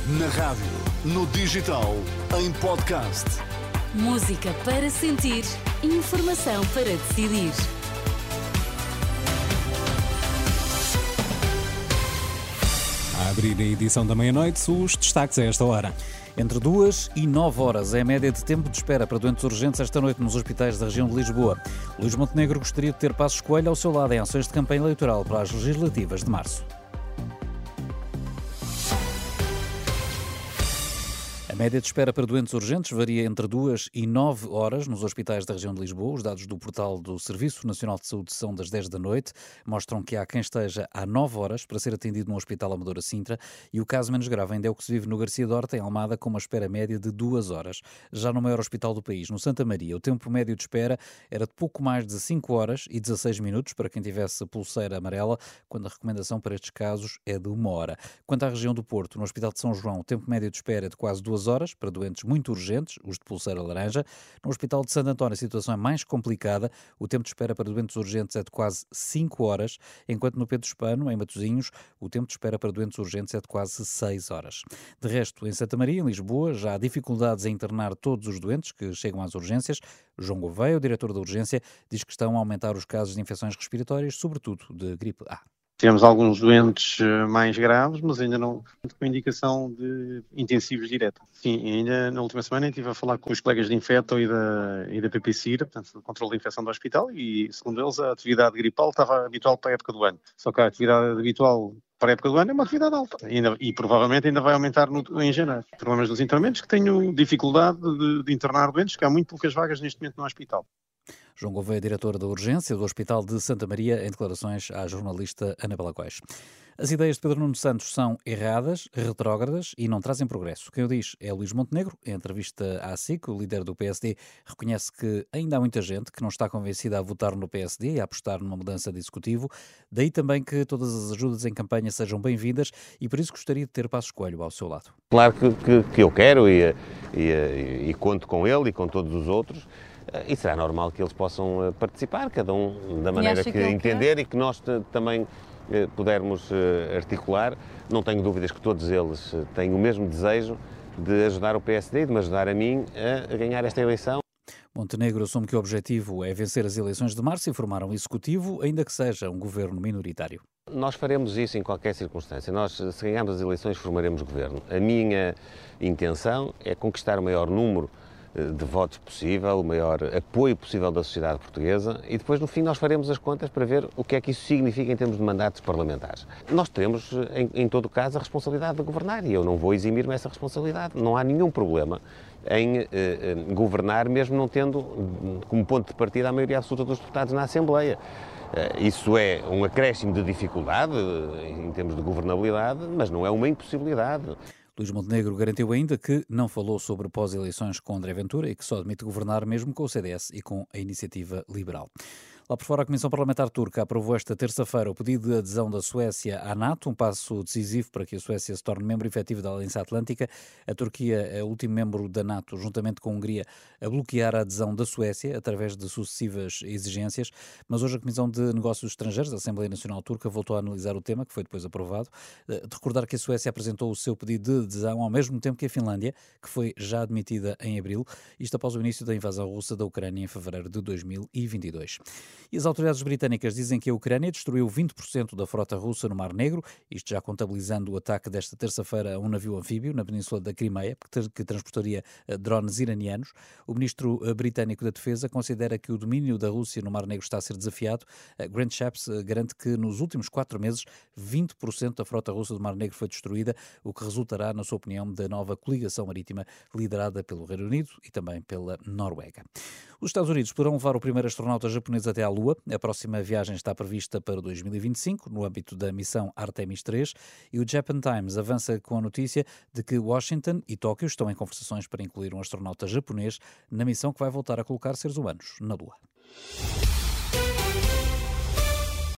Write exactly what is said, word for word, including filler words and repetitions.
Na rádio, no digital, em podcast. Música para sentir, informação para decidir. A abrir a edição da meia-noite, os destaques a esta hora. Entre duas e nove horas é a média de tempo de espera para doentes urgentes esta noite nos hospitais da região de Lisboa. Luís Montenegro gostaria de ter Passos Coelho ao seu lado em ações de campanha eleitoral para as legislativas de março. A média de espera para doentes urgentes varia entre duas e nove horas nos hospitais da região de Lisboa. Os dados do portal do Serviço Nacional de Saúde são das dez da noite. Mostram que há quem esteja há nove horas para ser atendido no Hospital Amadora Sintra e o caso menos grave ainda é o que se vive no Garcia Dorta, em Almada, com uma espera média de duas horas. Já no maior hospital do país, no Santa Maria, o tempo médio de espera era de pouco mais de cinco horas e dezasseis minutos para quem tivesse pulseira amarela, quando a recomendação para estes casos é de uma hora. Quanto à região do Porto, no Hospital de São João, o tempo médio de espera é de quase duas horas para doentes muito urgentes, os de pulseira laranja. No Hospital de Santo António a situação é mais complicada. O tempo de espera para doentes urgentes é de quase cinco horas, enquanto no Pedro Espano, em Matosinhos, o tempo de espera para doentes urgentes é de quase seis horas. De resto, em Santa Maria, em Lisboa, já há dificuldades em internar todos os doentes que chegam às urgências. João Gouveia, o diretor da urgência, diz que estão a aumentar os casos de infecções respiratórias, sobretudo de gripe A. Temos alguns doentes mais graves, mas ainda não com indicação de intensivos diretos. Sim, ainda na última semana estive a falar com os colegas de Infeto e da, e da P P C I R, portanto, do controle de infecção do hospital, e segundo eles a atividade gripal estava habitual para a época do ano. Só que a atividade habitual para a época do ano é uma atividade alta e, ainda, e provavelmente ainda vai aumentar no, em janeiro. Problemas dos internamentos, que tenho dificuldade de, de internar doentes, que há muito poucas vagas neste momento no hospital. João Gouveia, diretor da urgência do Hospital de Santa Maria, em declarações à jornalista Ana Balagués. As ideias de Pedro Nuno Santos são erradas, retrógradas e não trazem progresso. Quem o diz é Luís Montenegro. Em entrevista à S I C, o líder do P S D reconhece que ainda há muita gente que não está convencida a votar no P S D e a apostar numa mudança de executivo. Daí também que todas as ajudas em campanha sejam bem-vindas e por isso gostaria de ter Passos Coelho ao seu lado. Claro que, que, que eu quero e, e, e, e conto com ele e com todos os outros. E será normal que eles possam participar, cada um da maneira que, que entender quer? E que nós também pudermos articular. Não tenho dúvidas que todos eles têm o mesmo desejo de ajudar o P S D e de me ajudar a mim a ganhar esta eleição. Montenegro assume que o objetivo é vencer as eleições de março e formar um executivo, ainda que seja um governo minoritário. Nós faremos isso em qualquer circunstância. Nós, se ganharmos as eleições, formaremos governo. A minha intenção é conquistar o maior número de votos possível, o maior apoio possível da sociedade portuguesa e depois no fim nós faremos as contas para ver o que é que isso significa em termos de mandatos parlamentares. Nós teremos em, em todo o caso a responsabilidade de governar e eu não vou eximir-me essa responsabilidade. Não há nenhum problema em eh, governar mesmo não tendo como ponto de partida a maioria absoluta dos deputados na Assembleia. Isso é um acréscimo de dificuldade em termos de governabilidade, mas não é uma impossibilidade. Luís Montenegro garantiu ainda que não falou sobre pós-eleições com André Ventura e que só admite governar mesmo com o C D S e com a Iniciativa Liberal. Lá por fora, a Comissão Parlamentar Turca aprovou esta terça-feira o pedido de adesão da Suécia à NATO, um passo decisivo para que a Suécia se torne membro efetivo da Aliança Atlântica. A Turquia é o último membro da NATO, juntamente com a Hungria, a bloquear a adesão da Suécia através de sucessivas exigências. Mas hoje a Comissão de Negócios Estrangeiros da Assembleia Nacional Turca voltou a analisar o tema, que foi depois aprovado. De recordar que a Suécia apresentou o seu pedido de adesão ao mesmo tempo que a Finlândia, que foi já admitida em abril, isto após o início da invasão russa da Ucrânia em fevereiro de dois mil e vinte e dois. E as autoridades britânicas dizem que a Ucrânia destruiu vinte por cento da frota russa no Mar Negro, isto já contabilizando o ataque desta terça-feira a um navio anfíbio na península da Crimeia, que transportaria drones iranianos. O ministro britânico da Defesa considera que o domínio da Rússia no Mar Negro está a ser desafiado. Grant Shapps garante que nos últimos quatro meses vinte por cento da frota russa do Mar Negro foi destruída, o que resultará, na sua opinião, da nova coligação marítima liderada pelo Reino Unido e também pela Noruega. Os Estados Unidos poderão levar o primeiro astronauta japonês até à Lua. A próxima viagem está prevista para dois mil e vinte e cinco, no âmbito da missão Artemis três, e o Japan Times avança com a notícia de que Washington e Tóquio estão em conversações para incluir um astronauta japonês na missão que vai voltar a colocar seres humanos na Lua.